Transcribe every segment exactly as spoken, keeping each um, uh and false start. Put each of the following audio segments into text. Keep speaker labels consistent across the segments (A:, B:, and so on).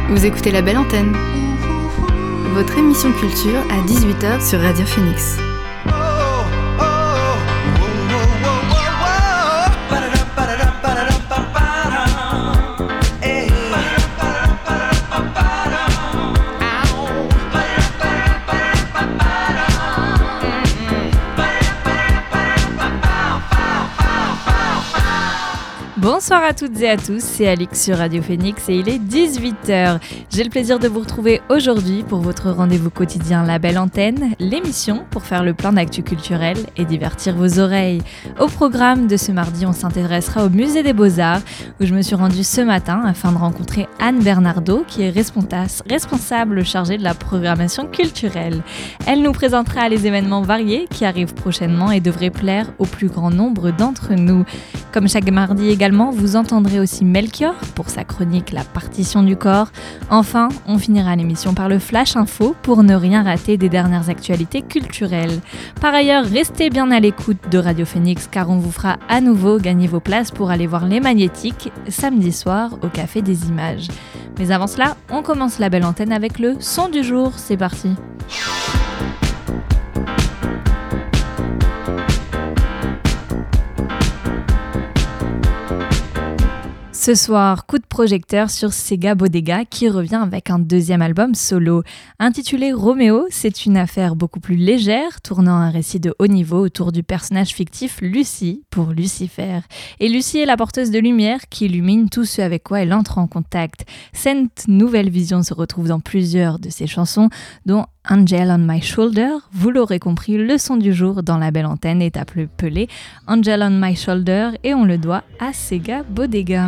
A: Vous écoutez La Belle Antenne, votre émission culture à dix-huit heures sur Radio Phoenix.
B: Bonsoir à toutes et à tous, c'est Alix sur Radio Phoenix et il est dix-huit heures. J'ai le plaisir de vous retrouver aujourd'hui pour votre rendez-vous quotidien La Belle Antenne, l'émission pour faire le plein d'actu culturel et divertir vos oreilles. Au programme de ce mardi, on s'intéressera au Musée des Beaux-Arts où je me suis rendue ce matin afin de rencontrer Anne Bernardo qui est responsable chargée de la programmation culturelle. Elle nous présentera les événements variés qui arrivent prochainement et devraient plaire au plus grand nombre d'entre nous. Comme chaque mardi également, vous entendrez aussi Melchior pour sa chronique La partition du corps. Enfin, on finira l'émission par le Flash Info pour ne rien rater des dernières actualités culturelles. Par ailleurs, restez bien à l'écoute de Radio Phoenix car on vous fera à nouveau gagner vos places pour aller voir Les Magnétiques samedi soir au Café des Images. Mais avant cela, on commence La Belle Antenne avec le son du jour. C'est parti. Ce soir, coup de projecteur sur Sega Bodega qui revient avec un deuxième album solo. Intitulé Roméo, c'est une affaire beaucoup plus légère, tournant un récit de haut niveau autour du personnage fictif Lucie pour Lucifer. Et Lucie est la porteuse de lumière qui illumine tout ce avec quoi elle entre en contact. Cette nouvelle vision se retrouve dans plusieurs de ses chansons, dont Angel on My Shoulder. Vous l'aurez compris, le son du jour dans La Belle Antenne est appelé Angel on My Shoulder et on le doit à Sega Bodega.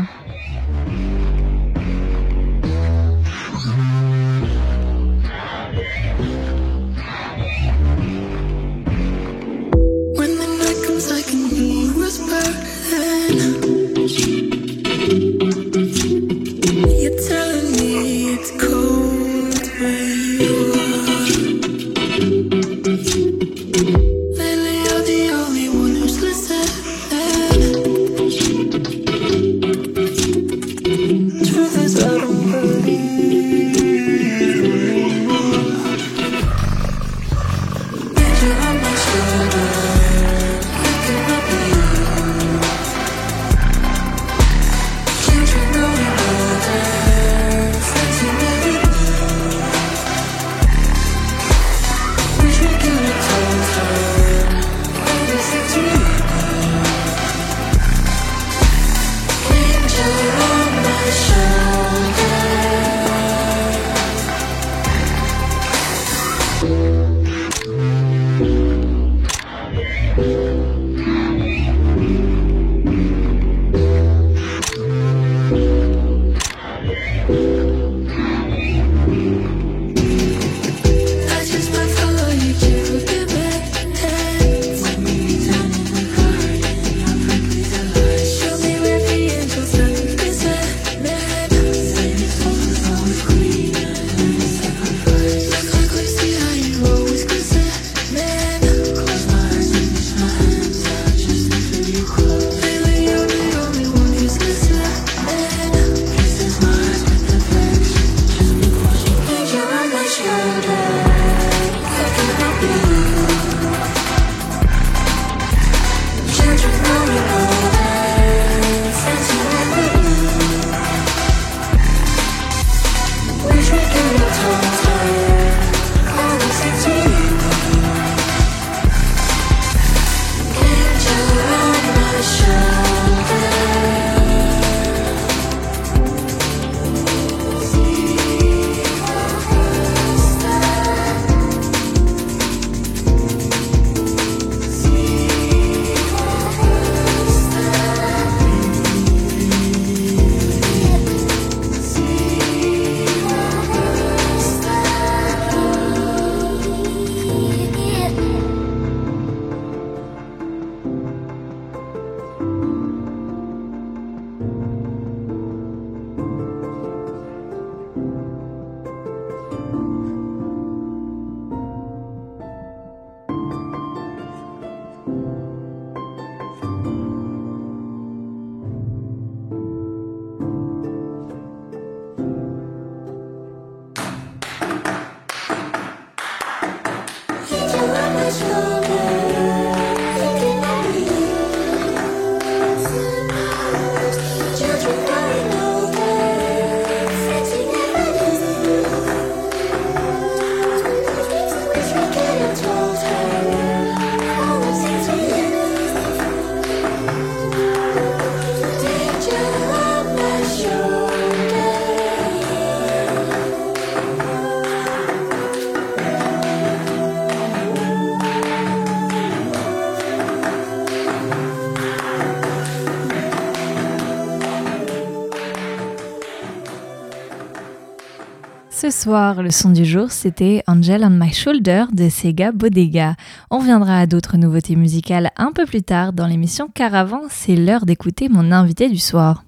B: Ce soir, le son du jour, c'était Angel on My Shoulder de Sega Bodega. On reviendra à d'autres nouveautés musicales un peu plus tard dans l'émission, car avant, c'est l'heure d'écouter mon invité du soir.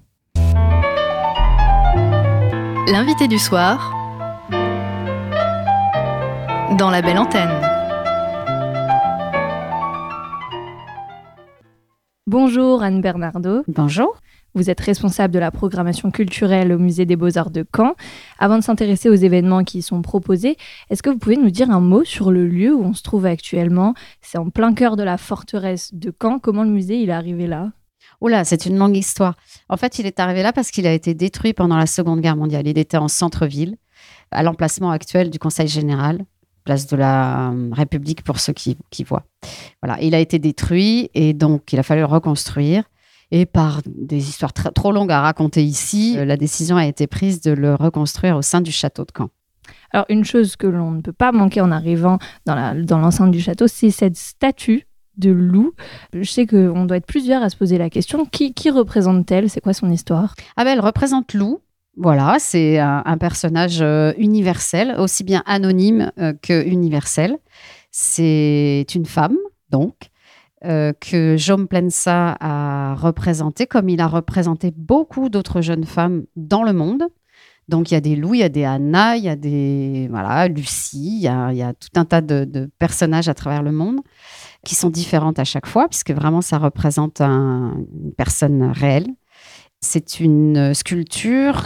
A: L'invité du soir dans la belle antenne.
B: Bonjour Anne Bernardo.
C: Bonjour.
B: Vous êtes responsable de la programmation culturelle au Musée des Beaux-Arts de Caen. Avant de s'intéresser aux événements qui y sont proposés, est-ce que vous pouvez nous dire un mot sur le lieu où on se trouve actuellement ? C'est en plein cœur de la forteresse de Caen. Comment le musée il est arrivé là ?
C: Oula, c'est une longue histoire. En fait, il est arrivé là parce qu'il a été détruit pendant la Seconde Guerre mondiale. Il était en centre-ville, à l'emplacement actuel du Conseil général, place de la République pour ceux qui, qui voient. Voilà, il a été détruit et donc il a fallu le reconstruire. Et par des histoires très, trop longues à raconter ici, la décision a été prise de le reconstruire au sein du château de Caen.
B: Alors, une chose que l'on ne peut pas manquer en arrivant dans, la, dans l'enceinte du château, c'est cette statue de loup. Je sais qu'on doit être plusieurs à se poser la question. Qui, qui représente-t-elle ? C'est quoi son histoire ?
C: Ah ben, elle représente Lou. Voilà, c'est un, un personnage euh, universel, aussi bien anonyme euh, que universel. C'est une femme, donc, Euh, que Jaume Plensa a représenté, comme il a représenté beaucoup d'autres jeunes femmes dans le monde. Donc, il y a des Lou, il y a des Anna, il y a des voilà, Lucie, il y a, il y a tout un tas de, de personnages à travers le monde qui sont différentes à chaque fois, puisque vraiment, ça représente un, une personne réelle. C'est une sculpture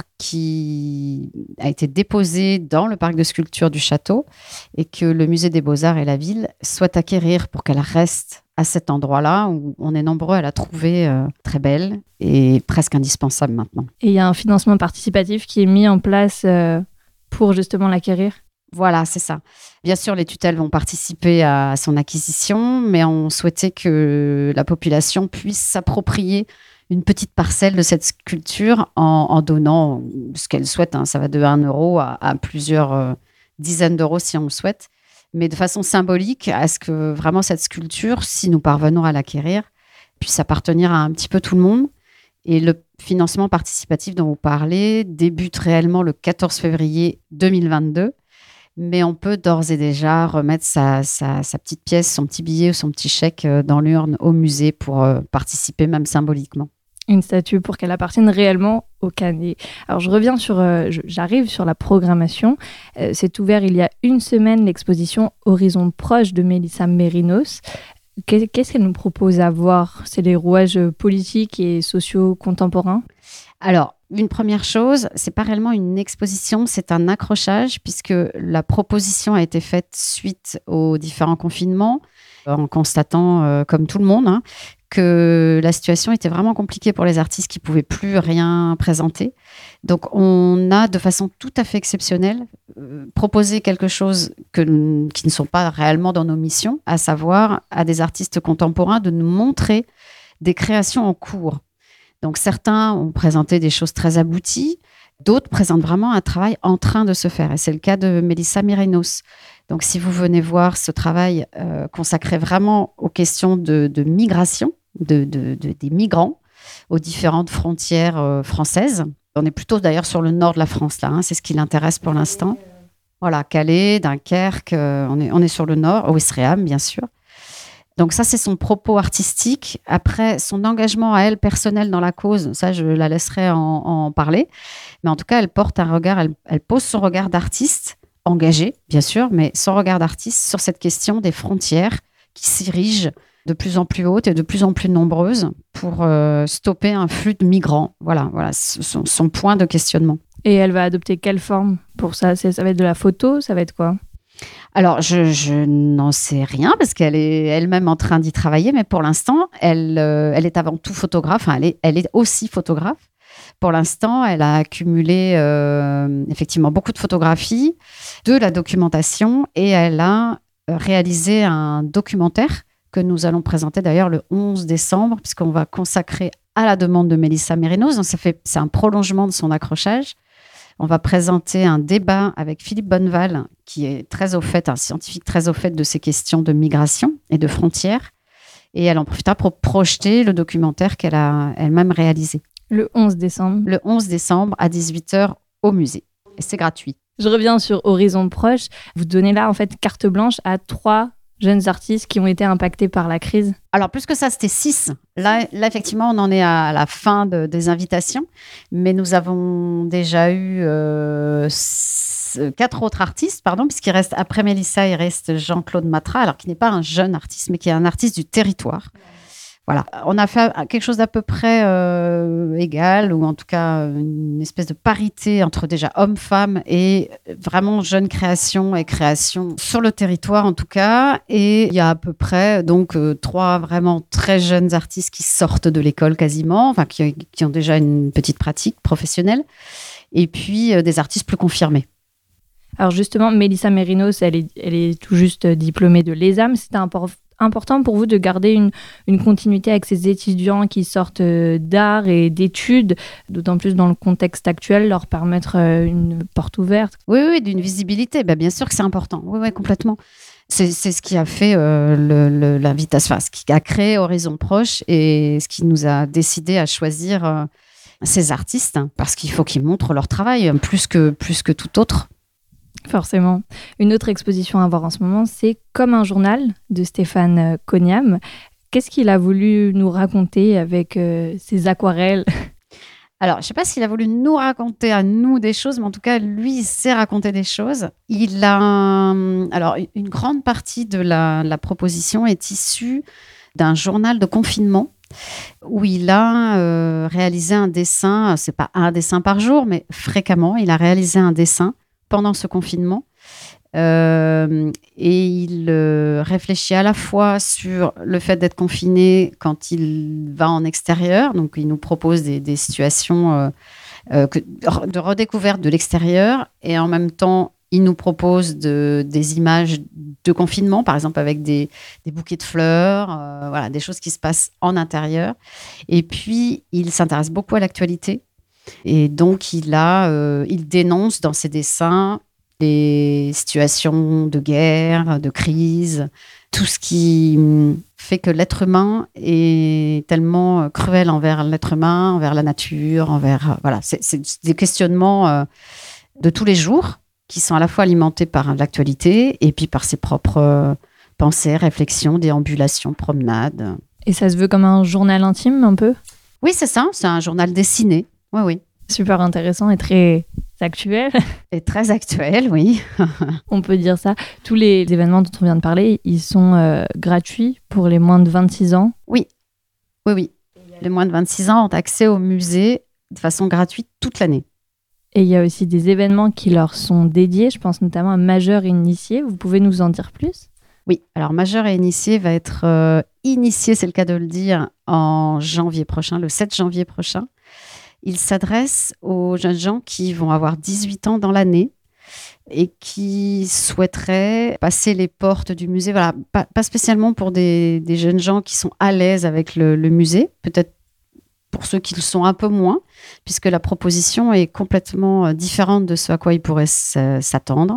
C: qui a été déposée dans le parc de sculpture du château et que le musée des Beaux-Arts et la ville souhaitent acquérir pour qu'elle reste à cet endroit-là où on est nombreux à la trouver euh, très belle et presque indispensable maintenant.
B: Et il y a un financement participatif qui est mis en place euh, pour justement l'acquérir ?
C: Voilà, c'est ça. Bien sûr, les tutelles vont participer à son acquisition, mais on souhaitait que la population puisse s'approprier une petite parcelle de cette sculpture en, en donnant ce qu'elle souhaite. Hein. Ça va de un euro à, à plusieurs euh, dizaines d'euros si on le souhaite, mais de façon symbolique à ce que vraiment cette sculpture, si nous parvenons à l'acquérir, puisse appartenir à un petit peu tout le monde. Et le financement participatif dont vous parlez débute réellement le quatorze février deux mille vingt-deux, mais on peut d'ores et déjà remettre sa, sa, sa petite pièce, son petit billet ou son petit chèque dans l'urne au musée pour euh, participer même symboliquement.
B: Une statue pour qu'elle appartienne réellement au Canet. Alors je reviens sur, euh, je, j'arrive sur la programmation. Euh, c'est ouvert il y a une semaine l'exposition Horizon proche de Mélissa Mérinos. Qu'est- Qu'est-ce qu'elle nous propose à voir ? C'est les rouages politiques et sociaux contemporains ?
C: Alors, une première chose, c'est pas réellement une exposition, c'est un accrochage puisque la proposition a été faite suite aux différents confinements, en constatant, euh, comme tout le monde, hein, que la situation était vraiment compliquée pour les artistes qui ne pouvaient plus rien présenter. Donc, on a, de façon tout à fait exceptionnelle, euh, proposé quelque chose que, qui ne sont pas réellement dans nos missions, à savoir à des artistes contemporains de nous montrer des créations en cours. Donc, certains ont présenté des choses très abouties, d'autres présentent vraiment un travail en train de se faire. Et c'est le cas de Mélissa Mérinos. Donc, si vous venez voir ce travail euh, consacré vraiment aux questions de, de migration, de, de, de, des migrants aux différentes frontières euh, françaises. On est plutôt d'ailleurs sur le nord de la France, là, hein, c'est ce qui l'intéresse pour l'instant. Voilà, Calais, Dunkerque, euh, on, est, on est sur le nord, Ouistreham, bien sûr. Donc ça, c'est son propos artistique. Après, son engagement à elle personnel dans la cause, ça, je la laisserai en, en parler. Mais en tout cas, elle porte un regard, elle, elle pose son regard d'artiste, engagé, bien sûr, mais son regard d'artiste sur cette question des frontières qui s'érigent de plus en plus hautes et de plus en plus nombreuses pour euh, stopper un flux de migrants. Voilà, voilà son, son point de questionnement.
B: Et elle va adopter quelle forme pour ça ? C'est, ça va être de la photo ? Ça va être quoi ?
C: Alors, je, je n'en sais rien parce qu'elle est elle-même en train d'y travailler, mais pour l'instant, elle, euh, elle est avant tout photographe. Enfin, elle est, elle est aussi photographe. Pour l'instant, elle a accumulé euh, effectivement beaucoup de photographies, de la documentation, et elle a réalisé un documentaire que nous allons présenter d'ailleurs le onze décembre, puisqu'on va consacrer à la demande de Mélissa Mérinos. Donc ça fait, c'est un prolongement de son accrochage. On va présenter un débat avec Philippe Bonneval, qui est très au fait, un scientifique très au fait de ces questions de migration et de frontières. Et elle en profitera pour projeter le documentaire qu'elle a elle-même réalisé.
B: Le onze décembre.
C: Le onze décembre à dix-huit heures au musée. Et c'est gratuit.
B: Je reviens sur Horizon Proche. Vous donnez là, en fait, carte blanche à trois jeunes artistes qui ont été impactés par la crise.
C: Alors, plus que ça, c'était six. Là, là effectivement, on en est à la fin de, des invitations. Mais nous avons déjà eu euh, quatre autres artistes, pardon, puisqu'il reste, après Mélissa, il reste Jean-Claude Matra, alors qui n'est pas un jeune artiste, mais qui est un artiste du territoire. Voilà, on a fait quelque chose d'à peu près euh, égal, ou en tout cas une espèce de parité entre déjà hommes-femmes et vraiment jeune création et création sur le territoire en tout cas. Et il y a à peu près donc euh, trois vraiment très jeunes artistes qui sortent de l'école quasiment, enfin qui, qui ont déjà une petite pratique professionnelle, et puis euh, des artistes plus confirmés.
B: Alors justement, Mélissa Mérinos, elle est, elle est tout juste diplômée de l'E S A M. C'était important important pour vous de garder une, une continuité avec ces étudiants qui sortent d'art et d'études, d'autant plus dans le contexte actuel, leur permettre une porte ouverte?
C: Oui, oui, d'une visibilité. Ben, bien sûr que c'est important. Oui, oui, complètement. C'est, c'est ce qui a fait euh, le, le, l'invitation, enfin, ce qui a créé Horizon Proche et ce qui nous a décidé à choisir euh, ces artistes, hein, parce qu'il faut qu'ils montrent leur travail plus que, plus que tout autre.
B: Forcément. Une autre exposition à voir en ce moment, c'est Comme un journal de Stéphane Cognam. Qu'est-ce qu'il a voulu nous raconter avec euh, ses aquarelles?
C: Alors, je ne sais pas s'il a voulu nous raconter à nous des choses, mais en tout cas, lui, il sait raconter des choses. Il a... Alors, une grande partie de la, la proposition est issue d'un journal de confinement où il a euh, réalisé un dessin, c'est pas un dessin par jour, mais fréquemment, il a réalisé un dessin pendant ce confinement. Euh, et il euh, réfléchit à la fois sur le fait d'être confiné quand il va en extérieur. Donc, il nous propose des, des situations euh, euh, que, de redécouverte de l'extérieur. Et en même temps, il nous propose de, des images de confinement, par exemple avec des, des bouquets de fleurs, euh, voilà, des choses qui se passent en intérieur. Et puis, il s'intéresse beaucoup à l'actualité. Et donc, il, a, euh, il dénonce dans ses dessins les situations de guerre, de crise, tout ce qui fait que l'être humain est tellement cruel envers l'être humain, envers la nature, envers... Voilà, c'est, c'est des questionnements euh, de tous les jours qui sont à la fois alimentés par l'actualité et puis par ses propres euh, pensées, réflexions, déambulations, promenades.
B: Et ça se veut comme un journal intime, un peu?
C: Oui, c'est ça, c'est un journal dessiné. Oui, oui.
B: Super intéressant et très actuel.
C: Et très actuel, oui.
B: On peut dire ça. Tous les événements dont on vient de parler, ils sont euh, gratuits pour les moins de vingt-six ans?
C: Oui, oui, oui. Les moins de vingt-six ans ont accès au musée de façon gratuite toute l'année.
B: Et il y a aussi des événements qui leur sont dédiés. Je pense notamment à Majeur et Initié. Vous pouvez nous en dire plus?
C: Oui, alors Majeur et Initié va être euh, initié, c'est le cas de le dire, en janvier prochain, le sept janvier prochain. Il s'adresse aux jeunes gens qui vont avoir dix-huit ans dans l'année et qui souhaiteraient passer les portes du musée. Voilà, pas, pas spécialement pour des, des jeunes gens qui sont à l'aise avec le, le musée, peut-être pour ceux qui le sont un peu moins, puisque la proposition est complètement différente de ce à quoi ils pourraient s'attendre.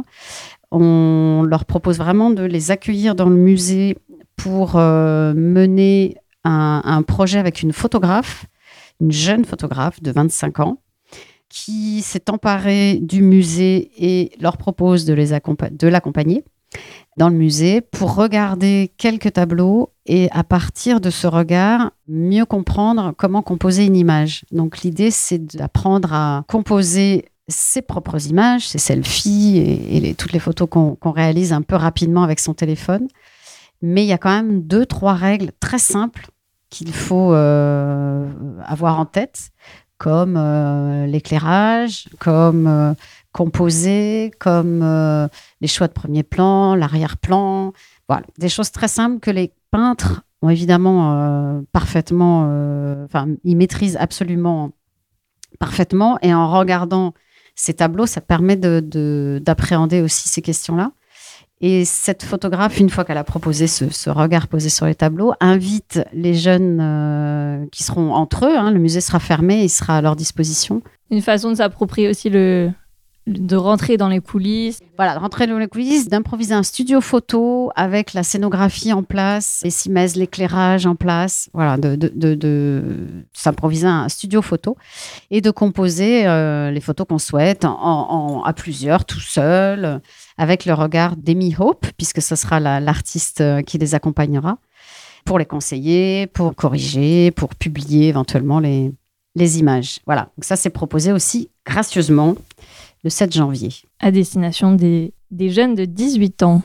C: On leur propose vraiment de les accueillir dans le musée pour euh, mener un, un projet avec une photographe, une jeune photographe de vingt-cinq ans qui s'est emparée du musée et leur propose de, les accompa- de l'accompagner dans le musée pour regarder quelques tableaux et à partir de ce regard, mieux comprendre comment composer une image. Donc l'idée, c'est d'apprendre à composer ses propres images, ses selfies et, et les, toutes les photos qu'on, qu'on réalise un peu rapidement avec son téléphone. Mais il y a quand même deux, trois règles très simples qu'il faut euh, avoir en tête, comme euh, l'éclairage, comme euh, composées, comme euh, les choix de premier plan, l'arrière-plan. Voilà, des choses très simples que les peintres ont évidemment euh, parfaitement... Enfin, euh, ils maîtrisent absolument parfaitement. Et en regardant ces tableaux, ça permet de, de, d'appréhender aussi ces questions-là. Et cette photographe, une fois qu'elle a proposé ce, ce regard posé sur les tableaux, invite les jeunes euh, qui seront entre eux. Hein, le musée sera fermé, il sera à leur disposition.
B: Une façon de s'approprier aussi le... de rentrer dans les coulisses.
C: Voilà, de rentrer dans les coulisses, d'improviser un studio photo avec la scénographie en place, les cimaises, l'éclairage en place. Voilà, de, de, de, de s'improviser un studio photo et de composer euh, les photos qu'on souhaite en, en, à plusieurs, tout seul, avec le regard d'Amy Hope, puisque ce sera la, l'artiste qui les accompagnera, pour les conseiller, pour corriger, pour publier éventuellement les, les images. Voilà, donc ça c'est proposé aussi gracieusement le sept janvier.
B: À destination des, des jeunes de dix-huit ans.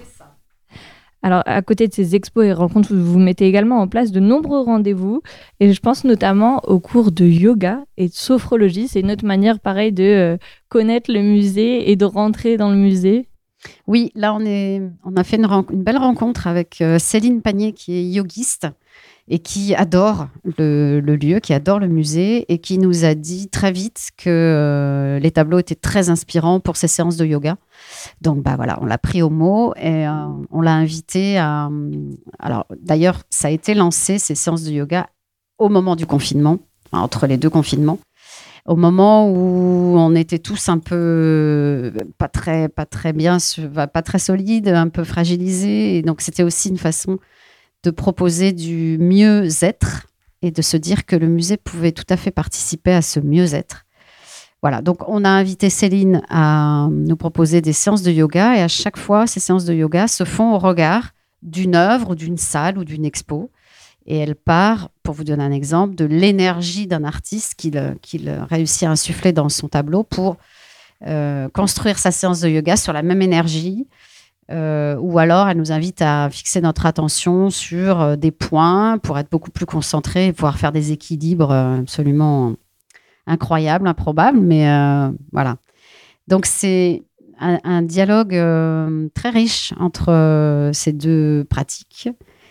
B: Alors, à côté de ces expos et rencontres, vous mettez également en place de nombreux rendez-vous. Et je pense notamment aux cours de yoga et de sophrologie. C'est une autre manière, pareil, de euh, connaître le musée et de rentrer dans le musée.
C: Oui, là, on, est, on a fait une, ren- une belle rencontre avec euh, Céline Panier, qui est yogiste et qui adore le, le lieu, qui adore le musée et qui nous a dit très vite que euh, les tableaux étaient très inspirants pour ces séances de yoga. Donc, bah, voilà, on l'a pris au mot et euh, on l'a invité à... Alors, d'ailleurs, ça a été lancé, ces séances de yoga, au moment du confinement, enfin, entre les deux confinements. Au moment où on était tous un peu pas très, pas très bien, pas très solides, un peu fragilisés. Et donc, c'était aussi une façon de proposer du mieux-être et de se dire que le musée pouvait tout à fait participer à ce mieux-être. Voilà, donc on a invité Céline à nous proposer des séances de yoga et à chaque fois, ces séances de yoga se font au regard d'une œuvre ou d'une salle ou d'une expo. Et elle part, pour vous donner un exemple, de l'énergie d'un artiste qu'il, qu'il réussit à insuffler dans son tableau pour euh, construire sa séance de yoga sur la même énergie. Euh, ou alors, elle nous invite à fixer notre attention sur euh, des points pour être beaucoup plus concentrés et pouvoir faire des équilibres euh, absolument incroyables, improbables. Mais euh, voilà. Donc, c'est un, un dialogue euh, très riche entre euh, ces deux pratiques.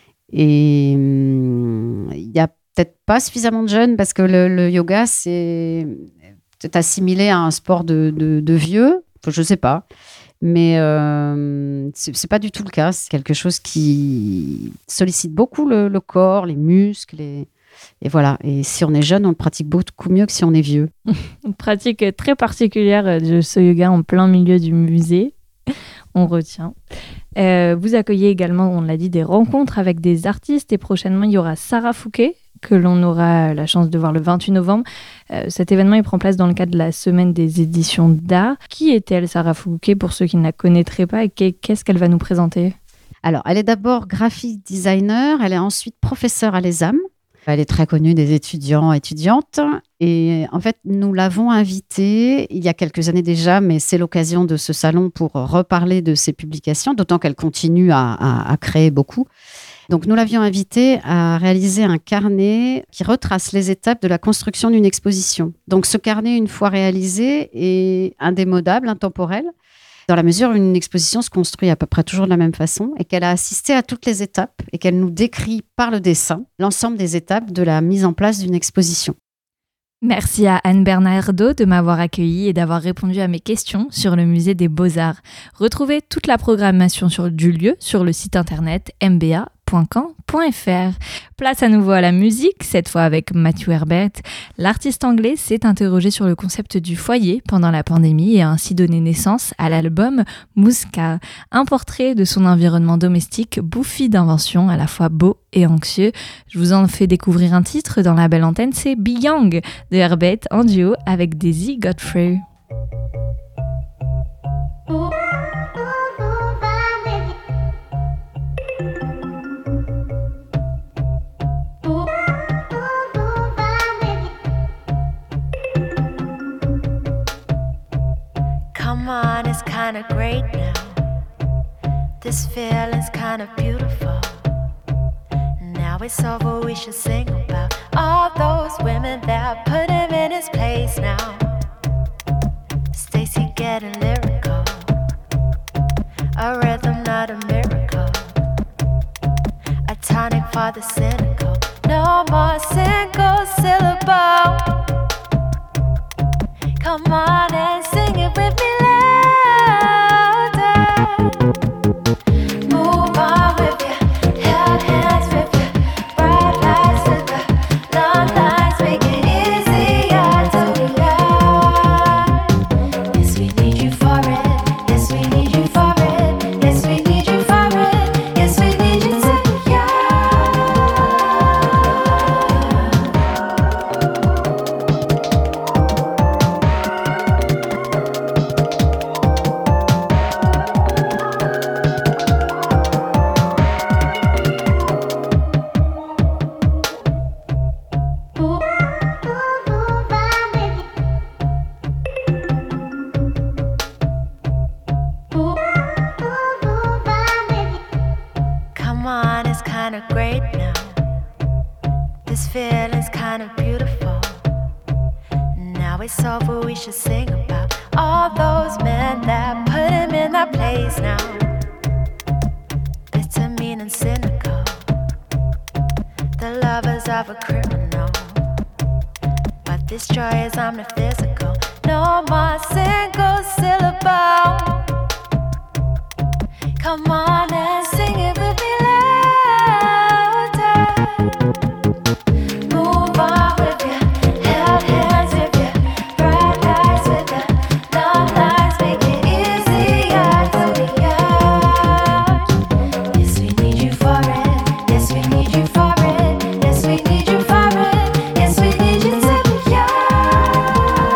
C: Et hum, il n'y a peut-être pas suffisamment de jeunes parce que le, le yoga, c'est peut-être assimilé à un sport de, de, de vieux. Je ne sais pas. Mais euh, ce n'est pas du tout le cas. C'est quelque chose qui sollicite beaucoup le, le corps, les muscles. Les... Et voilà. Et si on est jeune, on le pratique beaucoup mieux que si on est vieux.
B: Une pratique très particulière de ce yoga en plein milieu du musée. On retient. Euh, vous accueillez également, on l'a dit, des rencontres avec des artistes. Et prochainement, il y aura Sarah Fouquet, que l'on aura la chance de voir le vingt-huit novembre. Euh, cet événement, il prend place dans le cadre de la semaine des éditions d'art. Qui est-elle, Sarah Fouquet, pour ceux qui ne la connaîtraient pas, et qu'est-ce qu'elle va nous présenter ?
C: Alors, elle est d'abord graphic designer, elle est ensuite professeure à l'E S A M. Elle est très connue des étudiants et étudiantes. Et en fait, nous l'avons invitée il y a quelques années déjà, mais c'est l'occasion de ce salon pour reparler de ses publications, d'autant qu'elle continue à, à, à créer beaucoup. Donc, nous l'avions invitée à réaliser un carnet qui retrace les étapes de la construction d'une exposition. Donc, ce carnet, une fois réalisé, est indémodable, intemporel, dans la mesure où une exposition se construit à peu près toujours de la même façon et qu'elle a assisté à toutes les étapes et qu'elle nous décrit par le dessin l'ensemble des étapes de la mise en place d'une exposition.
B: Merci à Anne Bernardo de m'avoir accueillie et d'avoir répondu à mes questions sur le musée des Beaux-Arts. Retrouvez toute la programmation sur, du lieu sur le site internet m b a point caen point f r. Place à nouveau à la musique, cette fois avec Matthew Herbert. L'artiste anglais s'est interrogé sur le concept du foyer pendant la pandémie et a ainsi donné naissance à l'album Mouska, un portrait de son environnement domestique bouffi d'inventions à la fois beau et anxieux. Je vous en fais découvrir un titre dans la belle antenne, c'est Be Young de Herbert en duo avec Daisy Godfrey.
D: Come on, it's kinda great now. This feeling's kinda beautiful. Now it's over, we should sing about all those women that put him in his place now. Stacy getting lyrical. for the cynical. No more single syllable. Come on and sing it with me louder. Move on with you, held hands with you, bright lights with the long lines, make it easier to be young. Yes, we need you for it. Yes, we need you for it. Yes, we need you for it. Yes, we need you to be young. Come on, it's kind of great now. This feeling's kind of beautiful. Now it's over, we should sing about all those men that put him in that place now. Bitter, mean and cynical, the lovers of a criminal. But this joy is omniphysical. No more single syllable. Come on and sing it with me louder. Move on with you, held hands with you, bright lights with you, long lines, make it easier to be young. Yes, we need you for it. Yes, we need you for it. Yes, we need you for it. Yes, we need you to be young.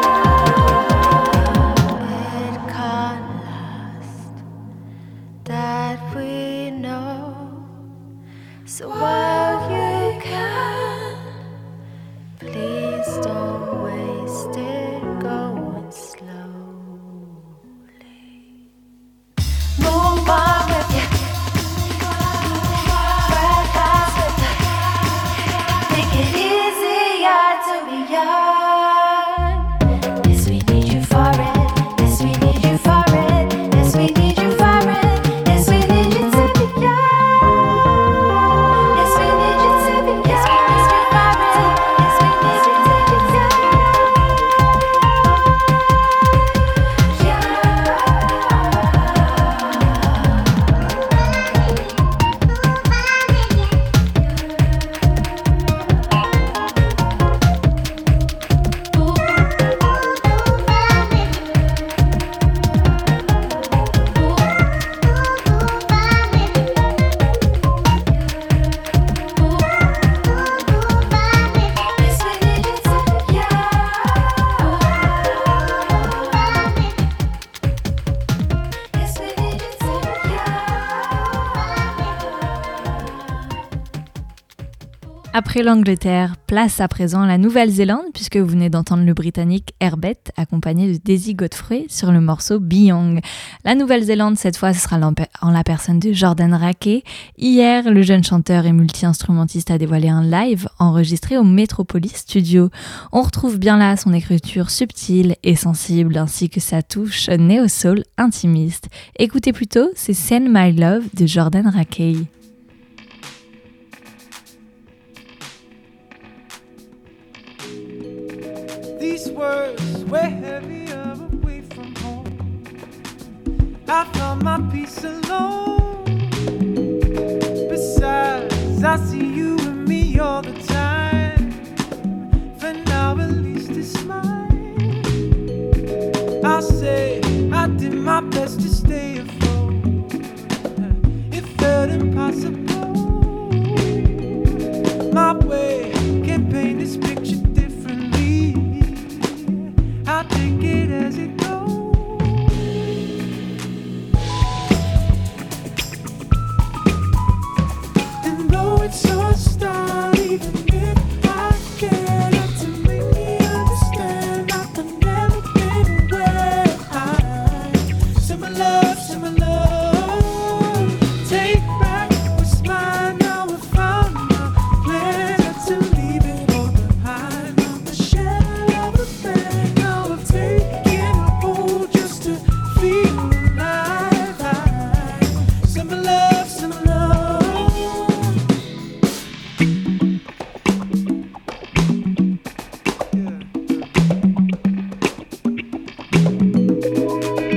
D: It can't last, that we know. So while you can, please don't waste it going slowly. Move on with you, bright lights with you, make it easier to be young. Yes, we need you for it. Yes, we need you for it. Yes, we need you for it. Yes, we need you to be young. Yes, we need you to be young. Yes, we need you for it. Yes, we need you to be young. Yes, we need you to be young. Yes, we need you to be young.
B: Après l'Angleterre, place à présent à la Nouvelle-Zélande, puisque vous venez d'entendre le Britannique Herbert, accompagné de Daisy Godfrey sur le morceau Be Young. La Nouvelle-Zélande, cette fois, ce sera en la personne de Jordan Rakei. Hier, le jeune chanteur et multi-instrumentiste a dévoilé un live enregistré au Metropolis Studio. On retrouve bien là son écriture subtile et sensible, ainsi que sa touche néo-soul intimiste. Écoutez plutôt, c'est Send My Love de Jordan Rakei.
E: These words were heavier away from home. I found my peace alone. Besides, I see you and me all the time. For now, at least it's mine. I'll say I did my best to stay afloat. It felt impossible. My way can't paint this picture differently. I'll take it as it goes. And though it's your start, even if I can't, have to make me understand I could never been where I. Similar love, similar love. Take back what's mine. Now I found my pleasure to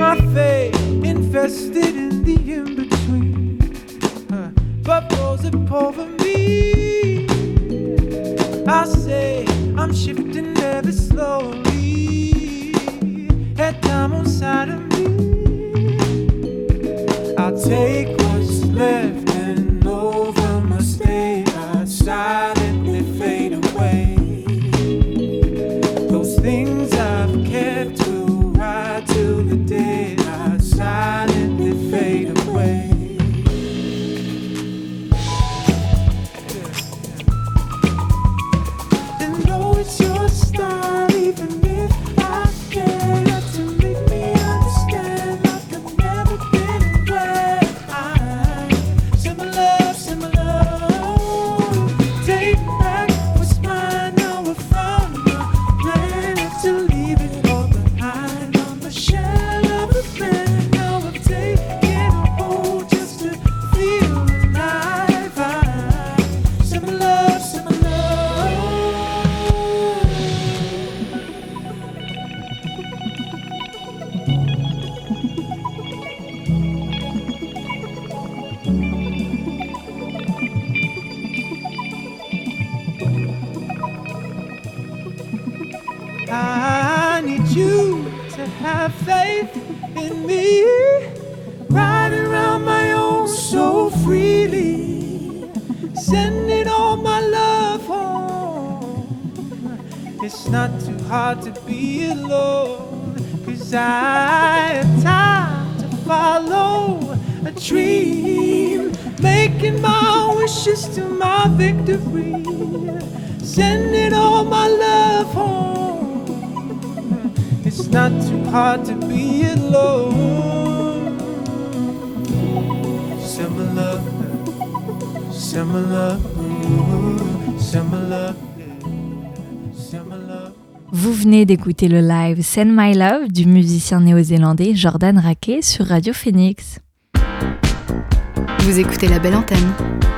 E: my fate invested in the in-between. Uh, but those that pour for me, I say I'm shifting ever slowly. Head down on side of me. I'll take what's left and over my state. I silently fade away. Those things I've kept will ride till the day I silently fade away. And though it's your style, even if I care to make me understand, like I've never been where I'm similar, similar. Take back what's mine, now we're found a planet to leave it all behind. I'm a shell of a man, now I'm taking a hold just to feel alive. I'm similar, similar. I need you to have faith in me, riding around my own so freely, sending all my love home. It's not too hard to be alone, 'cause I have time to follow a dream, making my wishes to my victory, sending all my love home. It's not too hard to be alone. Similar, similar, similar, similar.
B: Vous venez d'écouter le live Send My Love du musicien néo-zélandais Jordan Rakei sur Radio Phoenix.
A: Vous écoutez La Belle Antenne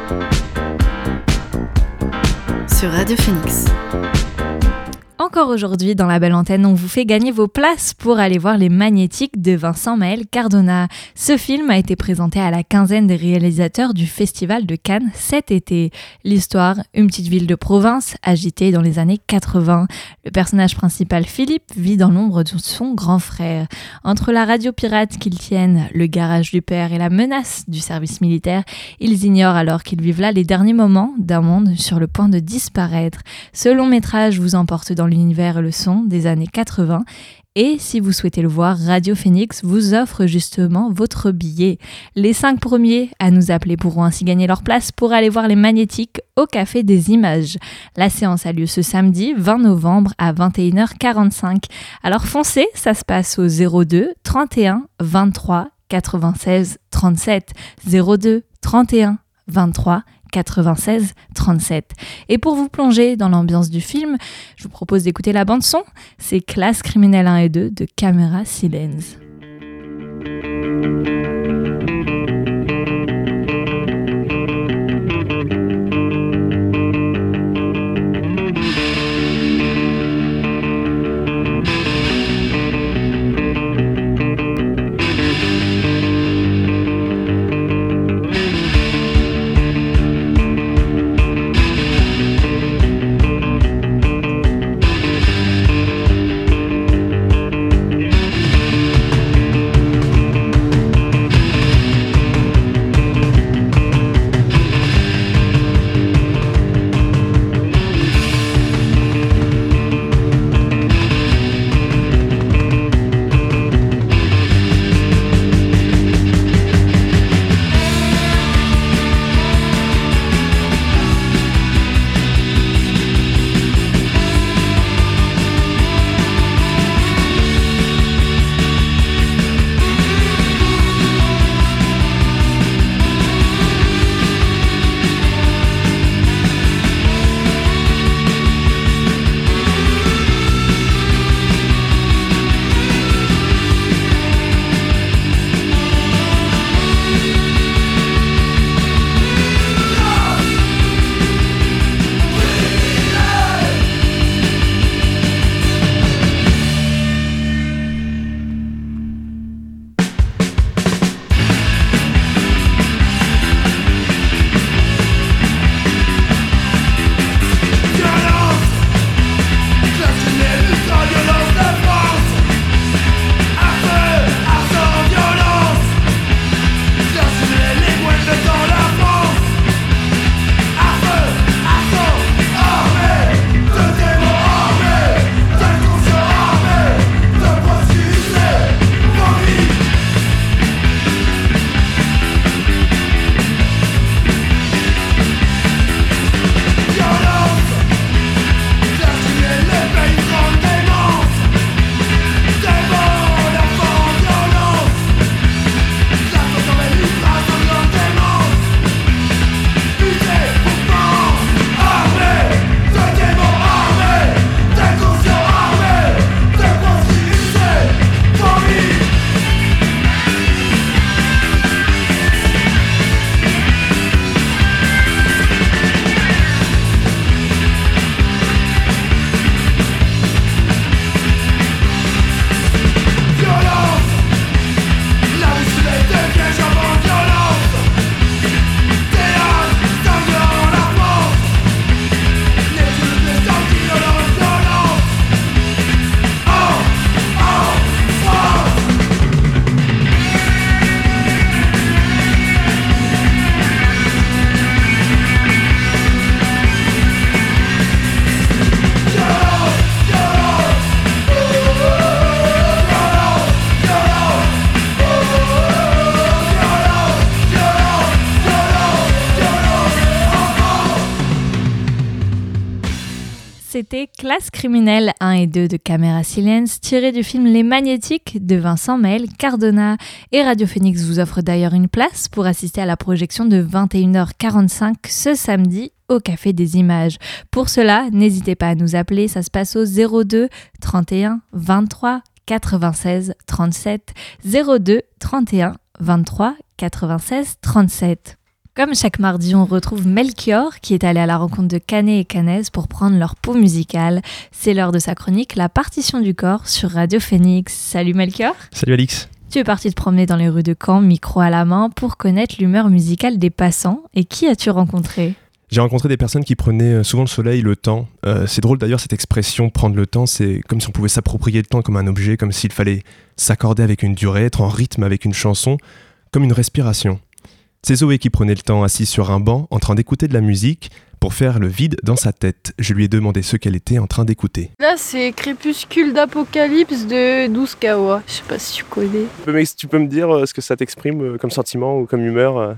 A: sur Radio Phoenix.
B: Encore aujourd'hui, dans La Belle Antenne, on vous fait gagner vos places pour aller voir Les Magnétiques de Vincent Maël Cardona. Ce film a été présenté à la quinzaine des réalisateurs du Festival de Cannes cet été. L'histoire, une petite ville de province agitée dans les années quatre-vingts. Le personnage principal, Philippe, vit dans l'ombre de son grand frère. Entre la radio pirate qu'ils tiennent, le garage du père et la menace du service militaire, ils ignorent alors qu'ils vivent là les derniers moments d'un monde sur le point de disparaître. Ce long métrage vous emporte dans l'univers et le son des années quatre-vingts. Et si vous souhaitez le voir, Radio Phoenix vous offre justement votre billet. Les cinq premiers à nous appeler pourront ainsi gagner leur place pour aller voir Les Magnétiques au Café des Images. La séance a lieu ce samedi vingt novembre à vingt et une heures quarante-cinq. Alors foncez, ça se passe au zéro deux trente et un vingt-trois quatre-vingt-seize trente-sept. zéro deux trente et un vingt-trois quatre-vingt-seize trente-sept. Et pour vous plonger dans l'ambiance du film, je vous propose d'écouter la bande-son. C'est Classe criminelle un et deux de Camera Silence. c'était Classe criminelle un et deux de Caméra Silence, tiré du film Les Magnétiques de Vincent Maël Cardona. Et Radio Phoenix vous offre d'ailleurs une place pour assister à la projection de vingt et une heures quarante-cinq ce samedi au Café des Images. Pour cela, n'hésitez pas à nous appeler, ça se passe au zéro deux trente et un vingt-trois quatre-vingt-seize trente-sept, zéro deux trente et un vingt-trois quatre-vingt-seize trente-sept. Comme chaque mardi, on retrouve Melchior qui est allé à la rencontre de Canet et Canez pour prendre leur peau musicale. C'est l'heure de sa chronique La partition du corps sur Radio Phoenix. Salut Melchior.
F: Salut Alix.
B: Tu es parti te promener dans les rues de Caen, micro à la main, pour connaître l'humeur musicale des passants. Et qui as-tu rencontré ?
F: J'ai rencontré des personnes qui prenaient souvent le soleil, le temps. Euh, c'est drôle d'ailleurs cette expression « prendre le temps », c'est comme si on pouvait s'approprier le temps comme un objet, comme s'il fallait s'accorder avec une durée, être en rythme avec une chanson, comme une respiration. C'est Zoé qui prenait le temps assise sur un banc en train d'écouter de la musique pour faire le vide dans sa tête. Je lui ai demandé ce qu'elle était en train d'écouter.
G: Là, c'est Crépuscule d'Apocalypse de douze Kawa. Je sais pas si tu connais.
H: Tu peux, tu peux me dire euh, ce que ça t'exprime euh, comme sentiment ou comme humeur euh...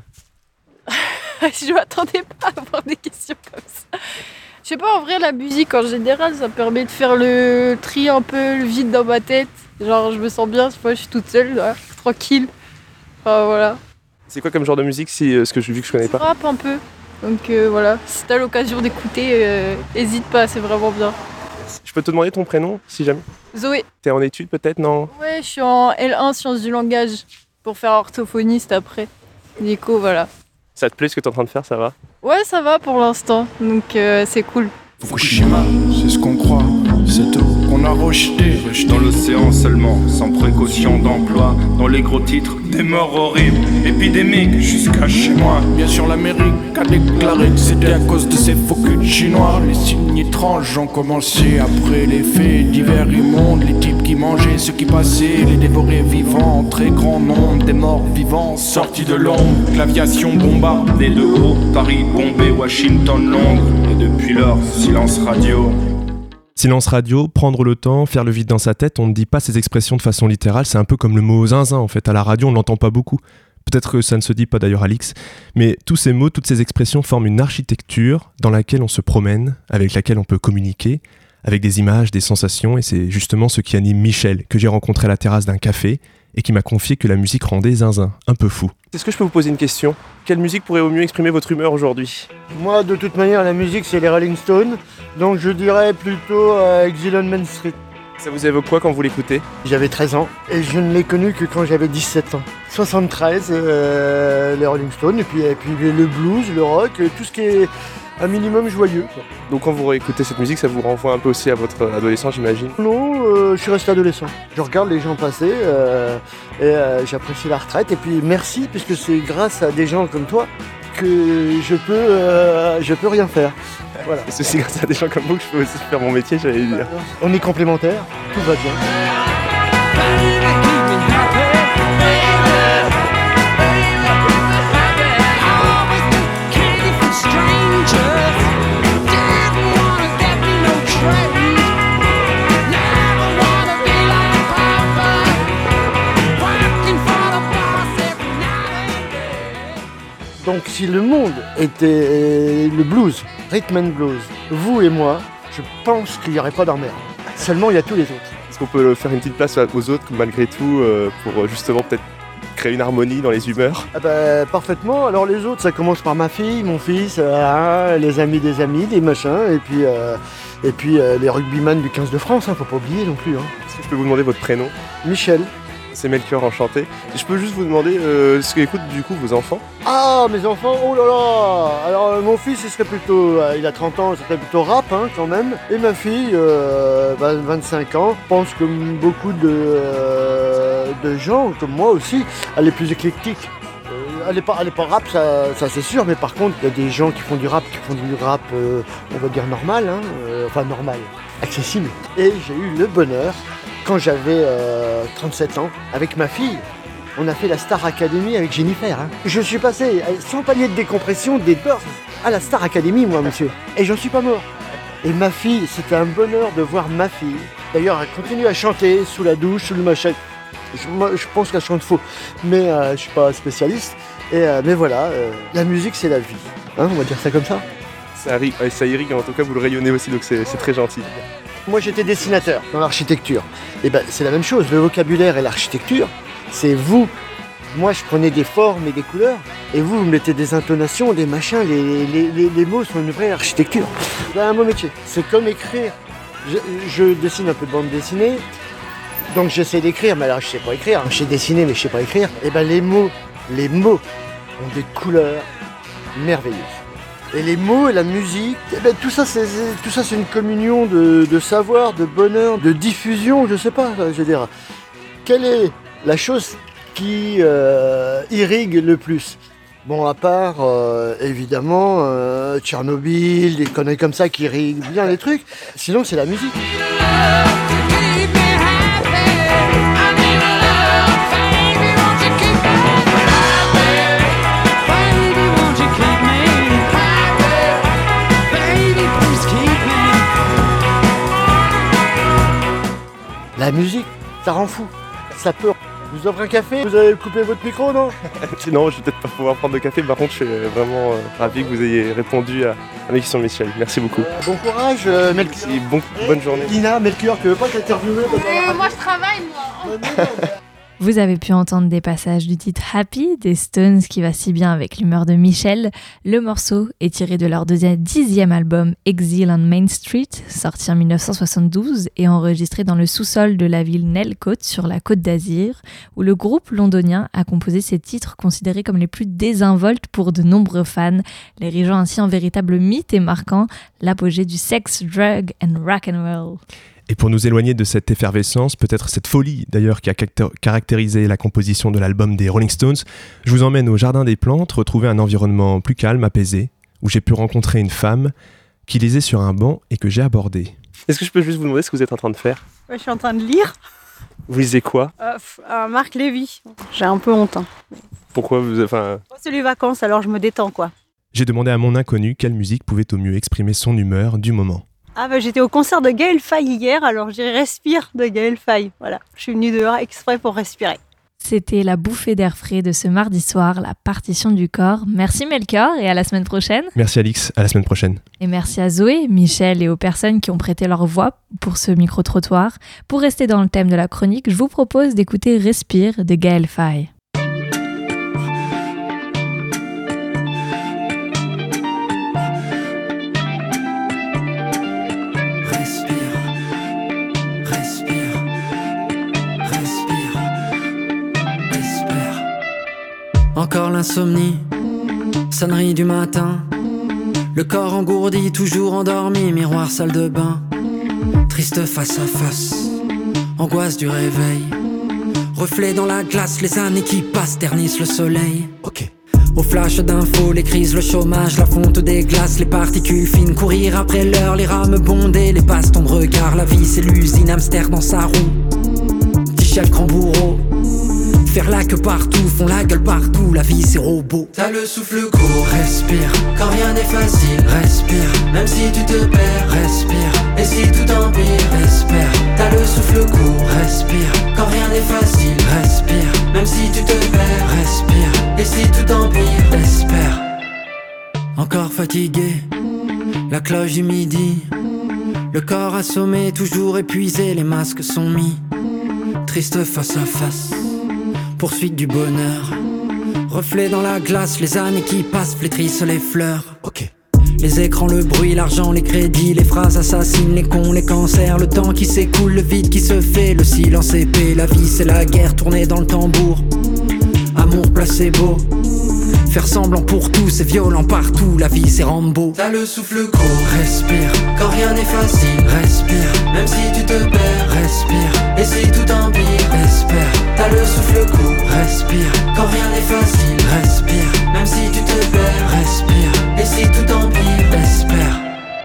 G: Je m'attendais pas à avoir des questions comme ça. Je sais pas, en vrai, la musique en général, ça permet de faire le tri un peu, le vide dans ma tête. Genre, je me sens bien, je suis toute seule, là, tranquille. Enfin, voilà.
H: C'est quoi comme genre de musique, si, euh, ce que je, vu que je connais pas?
G: Rap un peu. Donc euh, voilà, si t'as l'occasion d'écouter, euh, hésite pas, c'est vraiment bien.
H: Je peux te demander ton prénom, si jamais?
G: Zoé.
H: T'es en études peut-être, non?
G: Ouais, je suis en L un, sciences du langage, pour faire orthophoniste après. Du coup, voilà.
H: Ça te plaît ce que t'es en train de faire, ça va?
G: Ouais, ça va pour l'instant, donc euh, c'est cool.
I: Fukushima, c'est ce qu'on croit, c'est tout qu'on a rejeté. Dans l'océan seulement, sans précaution d'emploi. Dans les gros titres, des morts horribles, épidémiques jusqu'à chez moi. Bien sûr, l'Amérique a déclaré que c'était à cause de ces faux culs chinois. Les signes étranges ont commencé après les faits divers immondes. Les types qui mangeaient ceux qui passaient, les dévoraient vivants. En très grand nombre, des morts vivants sortis de l'ombre. L'aviation bombardée de haut, Paris, Bombay, Washington, Londres. Et depuis lors, silence radio.
F: Silence radio, prendre le temps, faire le vide dans sa tête, on ne dit pas ces expressions de façon littérale, c'est un peu comme le mot zinzin en fait, à la radio on ne l'entend pas beaucoup. Peut-être que ça ne se dit pas d'ailleurs Alix, mais tous ces mots, toutes ces expressions forment une architecture dans laquelle on se promène, avec laquelle on peut communiquer, avec des images, des sensations, et c'est justement ce qui anime Michel, que j'ai rencontré à la terrasse d'un café, et qui m'a confié que la musique rendait zinzin, un peu fou.
H: Est-ce que je peux vous poser une question? Quelle musique pourrait au mieux exprimer votre humeur aujourd'hui?
J: Moi, de toute manière, la musique, c'est les Rolling Stones. Donc je dirais plutôt euh, Exile on Main Street.
H: Ça vous évoque quoi quand vous l'écoutez?
J: J'avais treize ans et je ne l'ai connu que quand j'avais dix-sept ans. soixante-treize, euh, les Rolling Stones, et puis, et puis le blues, le rock, tout ce qui est un minimum joyeux, quoi.
H: Donc quand vous réécoutez cette musique, ça vous renvoie un peu aussi à votre adolescence, j'imagine?
J: Non, euh, je suis resté adolescent. Je regarde les gens passer euh, et euh, j'apprécie la retraite. Et puis merci, puisque c'est grâce à des gens comme toi que je peux, euh, je peux rien faire. Voilà.
H: Et c'est aussi grâce à des gens comme vous que je peux aussi faire mon métier, j'allais dire.
J: On est complémentaires, tout va bien. Donc si le monde était le blues, rhythm and blues, vous et moi, je pense qu'il n'y aurait pas d'emmerde. Seulement il y a tous les autres.
H: Est-ce qu'on peut faire une petite place aux autres malgré tout euh, pour justement peut-être créer une harmonie dans les humeurs?
J: Ah bah, parfaitement. Alors les autres, ça commence par ma fille, mon fils, euh, les amis des amis, des machins, et puis, euh, et puis euh, les rugbyman du quinze de France, hein, faut pas oublier non plus. Hein.
H: Est-ce que je peux vous demander votre prénom?
J: Michel.
H: C'est Melchior, enchanté. Je peux juste vous demander euh, ce qu'écoutent du coup vos enfants?
J: Ah, mes enfants, oh là là. Alors euh, mon fils, il serait plutôt, euh, il a trente ans, il serait plutôt rap hein, quand même. Et ma fille, euh, bah, vingt-cinq ans, pense comme beaucoup de, euh, de gens, comme moi aussi, elle est plus éclectique. Euh, elle n'est pas, elle est pas rap, ça, ça c'est sûr, mais par contre, il y a des gens qui font du rap, qui font du rap, euh, on va dire normal, hein, euh, enfin normal, accessible. Et j'ai eu le bonheur, quand j'avais euh, trente-sept ans, avec ma fille, on a fait la Star Academy avec Jennifer. Hein. Je suis passé sans palier de décompression des Doors à la Star Academy, moi, monsieur. Et j'en suis pas mort. Et ma fille, c'était un bonheur de voir ma fille. D'ailleurs, elle continue à chanter sous la douche, sous le machin. Je, moi, je pense qu'elle chante faux, mais euh, je suis pas spécialiste. Et, euh, mais voilà, euh, la musique, c'est la vie. Hein, on va dire ça comme ça.
H: Ça, ri- ouais, ça irrigue, en tout cas vous le rayonnez aussi, donc c'est c'est très gentil.
J: Moi j'étais dessinateur dans l'architecture. Et ben c'est la même chose, le vocabulaire et l'architecture, c'est vous. Moi je prenais des formes et des couleurs, et vous vous mettez des intonations, des machins, les, les, les, les mots sont une vraie architecture. C'est un beau métier. C'est comme écrire. Je, je dessine un peu de bande dessinée, donc j'essaie d'écrire, mais alors je sais pas écrire, je sais dessiner mais je sais pas écrire. Et ben les mots, les mots ont des couleurs merveilleuses. Et les mots et la musique, eh ben, tout ça c'est c'est- tout ça c'est une communion de, de savoir, de bonheur, de diffusion, je sais pas, je veux dire. Quelle est la chose qui euh, irrigue le plus? Bon, à part euh, évidemment euh, Tchernobyl, des conneries comme ça qui irriguent bien les trucs. Sinon c'est la musique. La musique, ça rend fou. Ça peut. Je vous offre un café? Vous avez coupé votre micro, non?
H: Non, je vais peut-être pas pouvoir prendre de café, par contre je suis vraiment euh, ravi que vous ayez répondu à, à mes questions, Michel. Merci beaucoup.
J: Bon courage, euh, Melchior.
H: Merci, bon, bonne journée.
J: Lina, Melchior, tu veux pas t'interviewer?
G: Euh, moi je travaille moi.
B: Vous avez pu entendre des passages du titre Happy des Stones qui va si bien avec l'humeur de Michel. Le morceau est tiré de leur deuxième, dixième album Exile on Main Street, sorti en dix-neuf cent soixante-douze et enregistré dans le sous-sol de la ville Nelcote sur la Côte d'Azur, où le groupe londonien a composé ces titres considérés comme les plus désinvoltes pour de nombreux fans, l'érigeant ainsi en véritable mythe et marquant l'apogée du sex, drug and rock and roll.
F: Et pour nous éloigner de cette effervescence, peut-être cette folie d'ailleurs qui a caractérisé la composition de l'album des Rolling Stones, je vous emmène au Jardin des Plantes, retrouver un environnement plus calme, apaisé, où j'ai pu rencontrer une femme qui lisait sur un banc et que j'ai abordée.
H: Est-ce que je peux juste vous demander ce que vous êtes en train de faire?
G: Ouais, je suis en train de lire
H: Vous lisez quoi?
G: euh, f- euh, Marc Lévy. J'ai un peu honte. Hein.
H: Pourquoi vous... Enfin,
G: C'est les vacances alors je me détends quoi.
F: J'ai demandé à mon inconnu quelle musique pouvait au mieux exprimer son humeur du moment.
G: Ah bah j'étais au concert de Gaël Faye hier, alors j'ai Respire de Gaël Faye. Voilà, je suis venue dehors exprès pour respirer.
B: C'était la bouffée d'air frais de ce mardi soir, la partition du corps. Merci Melchior et à la semaine prochaine.
F: Merci Alix, à la semaine prochaine.
B: Et merci à Zoé, Michel et aux personnes qui ont prêté leur voix pour ce micro-trottoir. Pour rester dans le thème de la chronique, je vous propose d'écouter Respire de Gaël Faye.
K: Encore l'insomnie, sonnerie du matin, le corps engourdi, toujours endormi, miroir salle de bain, triste face à face, angoisse du réveil, reflet dans la glace, les années qui passent ternissent le soleil. Ok. Au flash d'infos, les crises, le chômage, la fonte des glaces, les particules fines, courir après l'heure, les rames bondées, les bastons de regard, la vie c'est l'usine, hamster dans sa roue, petit chef grand bourreau. Faire la queue partout, font la gueule partout, la vie c'est robot. T'as le souffle court, respire, quand rien n'est facile, respire, même si tu te perds, respire, et si tout empire, espère. T'as le souffle court, respire, quand rien n'est facile, respire, même si tu te perds, respire, et si tout empire, espère. Encore fatigué, la cloche du midi, le corps assommé, toujours épuisé, les masques sont mis, triste face à face. Poursuite du bonheur, reflet dans la glace, les années qui passent flétrissent les fleurs. Ok. Les écrans, le bruit, l'argent, les crédits, les phrases assassines, les cons, les cancers, le temps qui s'écoule, le vide qui se fait, le silence épais, la vie c'est la guerre tournée dans le tambour. Amour placebo, faire semblant pour tout, c'est violent partout, la vie c'est Rambo. T'as le souffle court, respire, quand rien n'est facile, respire, même si tu te perds, respire, et si tout empire, espère. T'as le souffle court, respire, quand rien n'est facile, respire, même si tu te perds, respire, et si tout empire, espère.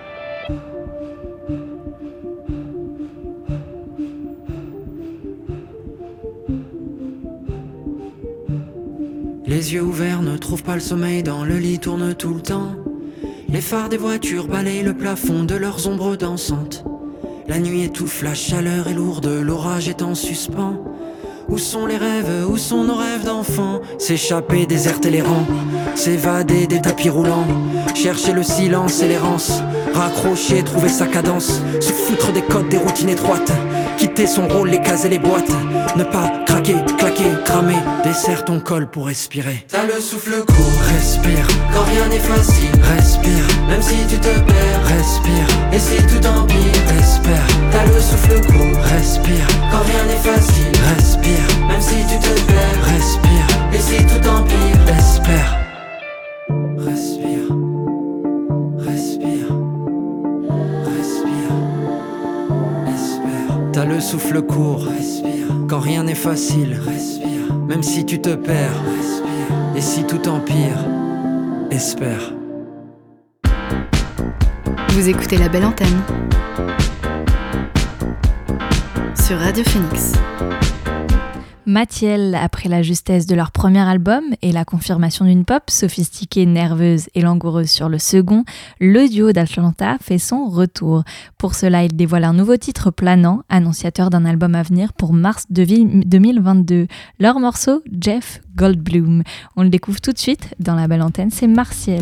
K: Les yeux ouverts ne trouvent pas le sommeil, dans le lit tournent tout le temps. Les phares des voitures balayent le plafond de leurs ombres dansantes. La nuit étouffe, la chaleur est lourde, l'orage est en suspens. Où sont les rêves, où sont nos rêves d'enfants? S'échapper, déserter les rangs, s'évader des tapis roulants, chercher le silence et l'errance, raccrocher, trouver sa cadence, se foutre des codes, des routines étroites, quitter son rôle, les cases et les boîtes, ne pas craquer, claquer, cramer, desserre ton col pour respirer. T'as le souffle court, respire, quand rien n'est facile, respire, même si tu te perds, respire, et si tout empire, espère. T'as le souffle court, respire, quand rien n'est facile, respire, même si tu te perds, respire, et si tout empire, espère. Respire, respire, respire, espère. T'as le souffle court, respire, quand rien n'est facile, respire, même si tu te perds, respire, et si tout empire, espère.
A: Vous écoutez La Belle Antenne sur Radio Phoenix.
B: Mathiel, après la justesse de leur premier album et la confirmation d'une pop sophistiquée, nerveuse et langoureuse sur le second, le duo d'Atlanta fait son retour. Pour cela, il dévoile un nouveau titre planant, annonciateur d'un album à venir pour mars deux mille vingt-deux. Leur morceau, Jeff Goldblum. On le découvre tout de suite dans La Belle Antenne, c'est Martial.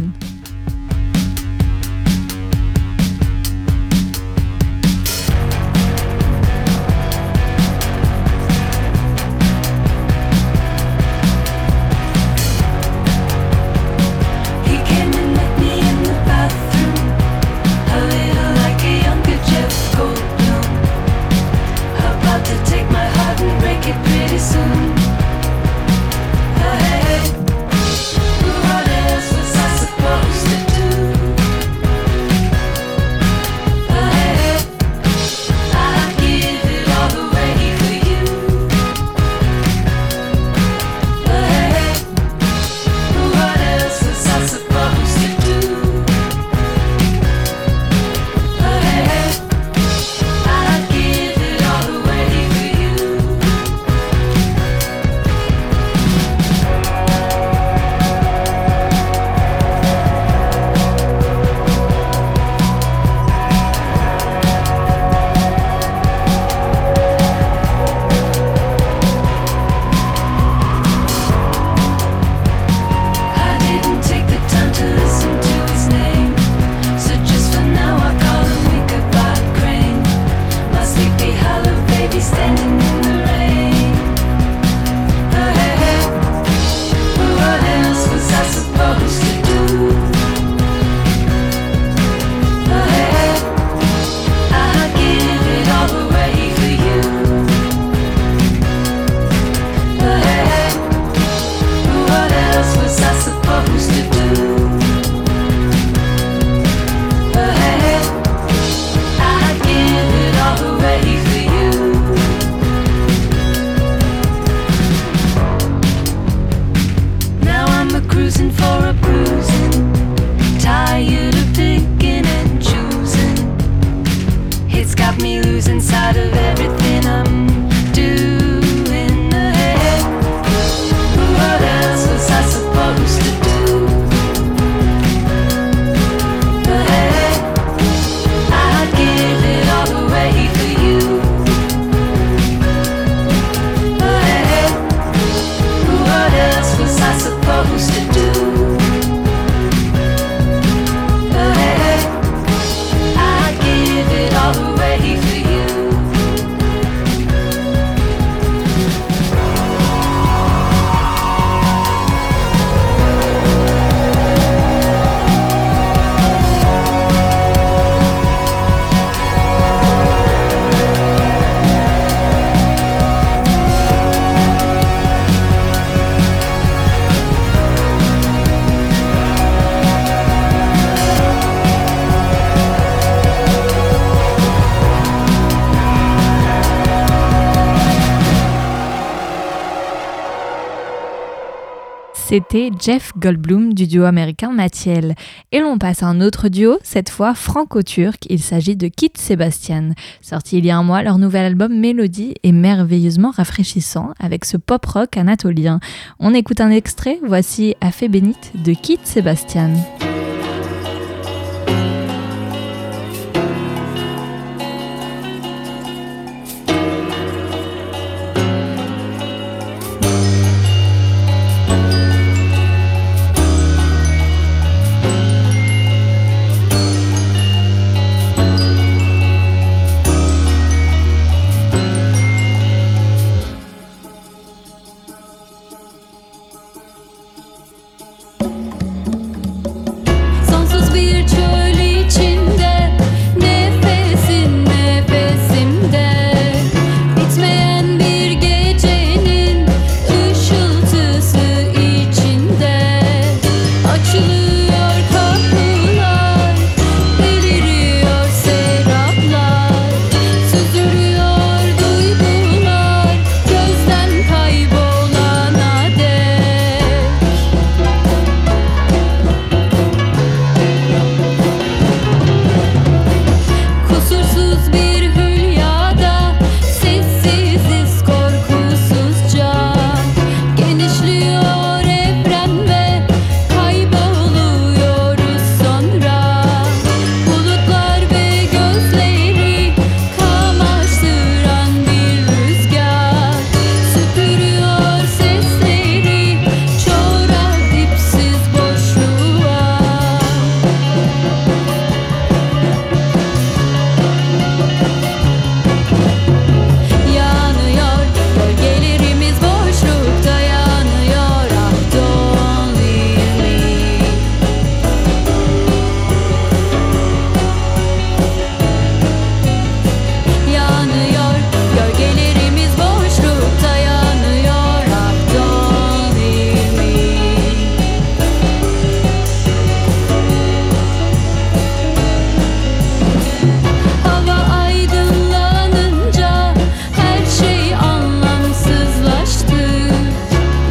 B: C'était Jeff Goldblum du duo américain Mathiel. Et l'on passe à un autre duo, cette fois franco-turc, il s'agit de Kit Sebastian. Sorti il y a un mois, leur nouvel album Mélodie est merveilleusement rafraîchissant avec ce pop-rock anatolien. On écoute un extrait, voici Afé Bénite de Kit Sebastian.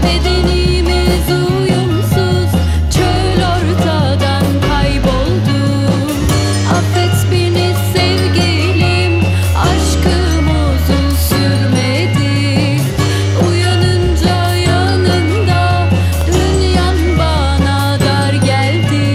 L: Bedenimiz uyumsuz çöl ortadan kayboldu. Affet beni sevgilim, aşkım uzun sürmedi. Uyanınca yanında dünyan bana dar geldi.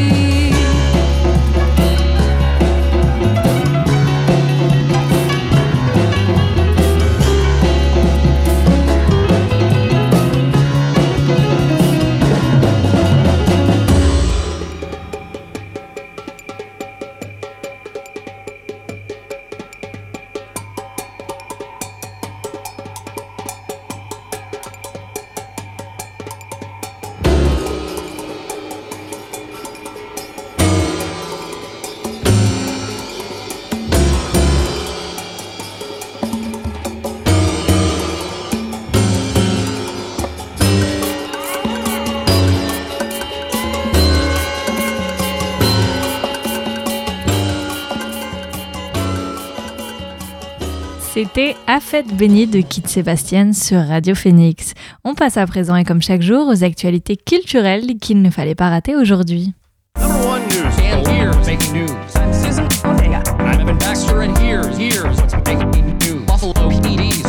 B: C'était À fête bénie de Kid Sébastien sur Radio Phoenix. On passe à présent et comme chaque jour aux actualités culturelles qu'il ne fallait pas rater aujourd'hui.
M: Number one news. And here's making news. I'm Susan Ortega. I'm Evan Baxter, and here's here's what's making news. Buffalo P D's.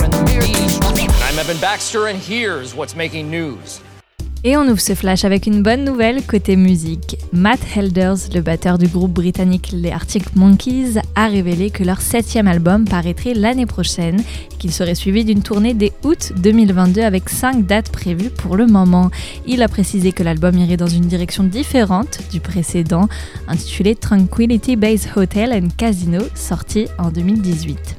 M: I'm Evan Baxter, and here's what's making news.
B: Et on ouvre ce flash avec une bonne nouvelle côté musique. Matt Helders, le batteur du groupe britannique les Arctic Monkeys, a révélé que leur septième album paraîtrait l'année prochaine et qu'il serait suivi d'une tournée dès août deux mille vingt-deux avec cinq dates prévues pour le moment. Il a précisé que l'album irait dans une direction différente du précédent, intitulé Tranquility Base Hotel and Casino, sorti en deux mille dix-huit.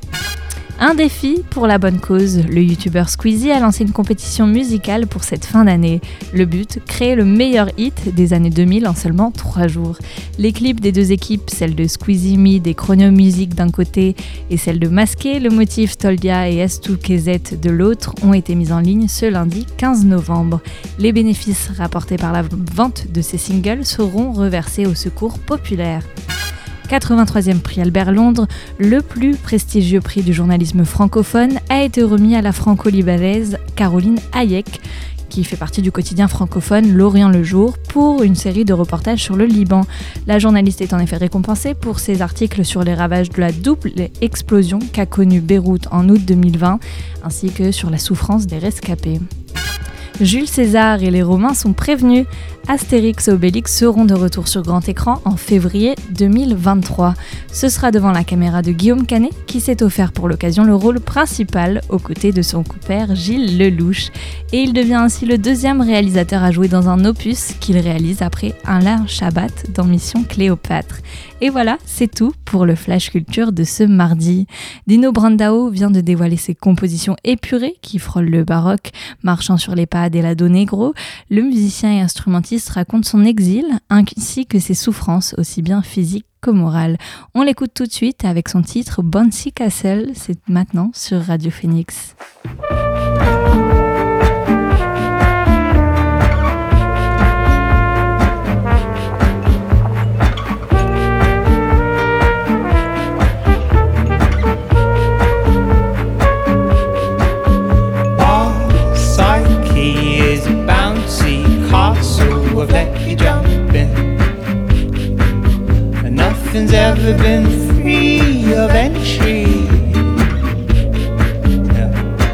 B: Un défi pour la bonne cause, le youtubeur Squeezie a lancé une compétition musicale pour cette fin d'année. Le but, créer le meilleur hit des années deux mille en seulement trois jours. Les clips des deux équipes, celle de Squeezie Mid et Chrono Music d'un côté et celle de Masqué, le motif Toldia et S deux K Z de l'autre, ont été mis en ligne ce lundi quinze novembre. Les bénéfices rapportés par la vente de ces singles seront reversés au secours populaire. quatre-vingt-troisième prix Albert Londres, le plus prestigieux prix du journalisme francophone, a été remis à la franco-libanaise Caroline Hayek, qui fait partie du quotidien francophone L'Orient le Jour, pour une série de reportages sur le Liban. La journaliste est en effet récompensée pour ses articles sur les ravages de la double explosion qu'a connue Beyrouth en août deux mille vingt, ainsi que sur la souffrance des rescapés. Jules César et les Romains sont prévenus. Astérix et Obélix seront de retour sur grand écran en février deux mille vingt-trois. Ce sera devant la caméra de Guillaume Canet, qui s'est offert pour l'occasion le rôle principal aux côtés de son compère Gilles Lelouch. Et il devient ainsi le deuxième réalisateur à jouer dans un opus qu'il réalise après Alain Chabat dans Mission Cléopâtre. Et voilà, c'est tout pour le Flash Culture de ce mardi. Dino Brandao vient de dévoiler ses compositions épurées qui frôlent le baroque, marchant sur les pas d'Helado Negro. Le musicien et instrumentiste raconte son exil ainsi que ses souffrances aussi bien physiques que morales. On l'écoute tout de suite avec son titre Bouncy Castle, c'est maintenant sur Radio Phoenix.
E: Of let jump in, and nothing's ever been free of entry. Yeah.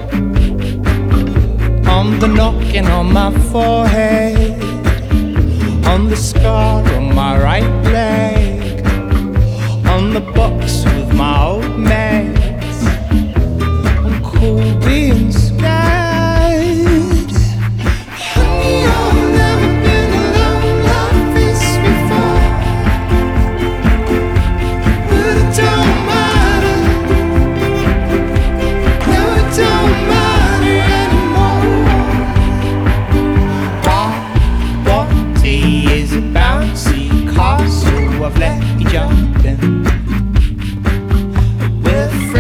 E: On the knocking on my forehead, on the scar on my right leg, on the box with my old meds, I'm cool being scared. Honey, I've never been alone like this before, but it don't matter. No, it don't matter anymore. Our body is a bouncy castle I've let you jump in. We're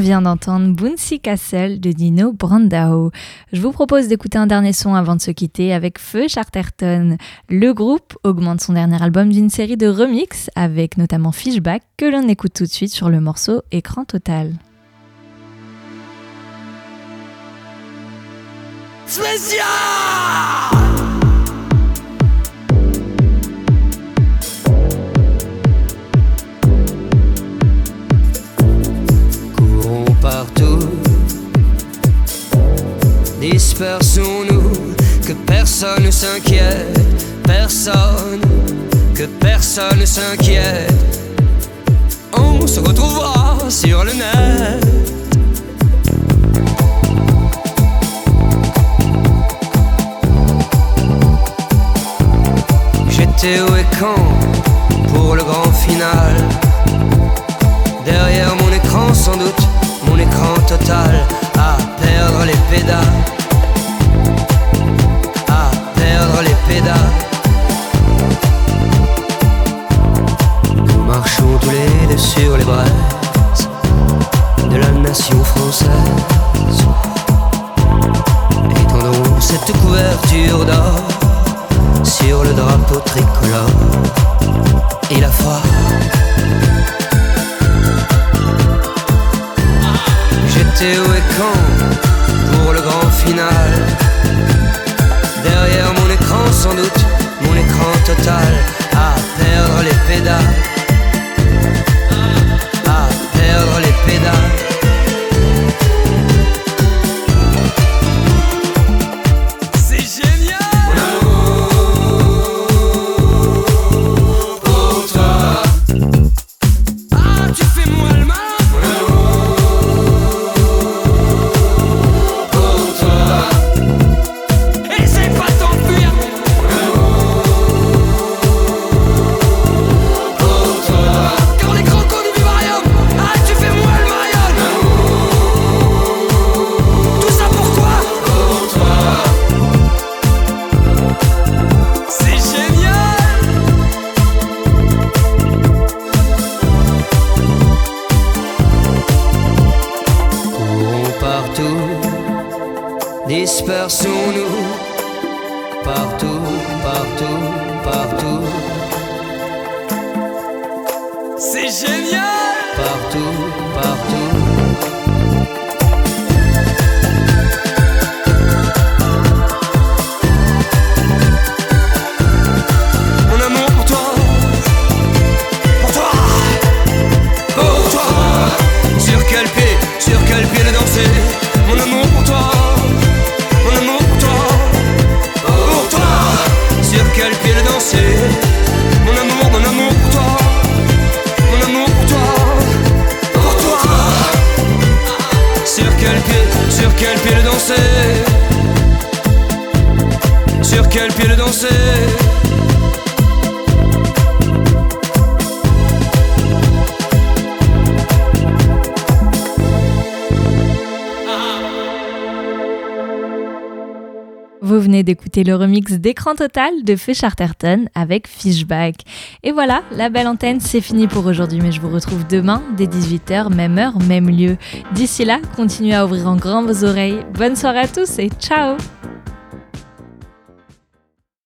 B: vient d'entendre Bouncy Castle de Dino Brandao. Je vous propose d'écouter un dernier son avant de se quitter avec Feu Charterton. Le groupe augmente son dernier album d'une série de remixes avec notamment Fishback que l'on écoute tout de suite sur le morceau Écran Total.
K: Spécial! Courons partout, dispersons-nous, que personne ne s'inquiète, personne, que personne ne s'inquiète. On se retrouvera sur le net. J'étais où et quand pour le grand final. Derrière mon écran sans doute, mon écran total. À perdre les pédales, à perdre les pédales. Nous marchons tous les deux sur les braises de la nation française. Étendons cette couverture d'or sur le drapeau tricolore et la foi. J'étais où et quand pour le grand final. Derrière mon écran sans doute, mon écran total. À perdre les pédales, à perdre les pédales. Dispersons-nous partout, partout, partout. C'est génial! Partout, partout. Mon amour pour toi, pour toi, pour toi. Sur quel pied, sur quel pied le danser? Mon amour pour toi. Mon amour pour toi, pour toi. Sur quel pied le danser? Mon amour, mon amour pour toi. Mon amour pour toi, pour toi. Sur quel pied, sur quel pied le danser? Sur quel pied le danser?
B: Vous venez d'écouter le remix d'Écran Total de Feu Charterton avec Fishback. Et voilà, la belle antenne, c'est fini pour aujourd'hui, mais je vous retrouve demain dès dix-huit heures, même heure, même lieu. D'ici là, continuez à ouvrir en grand vos oreilles. Bonne soirée à tous et ciao!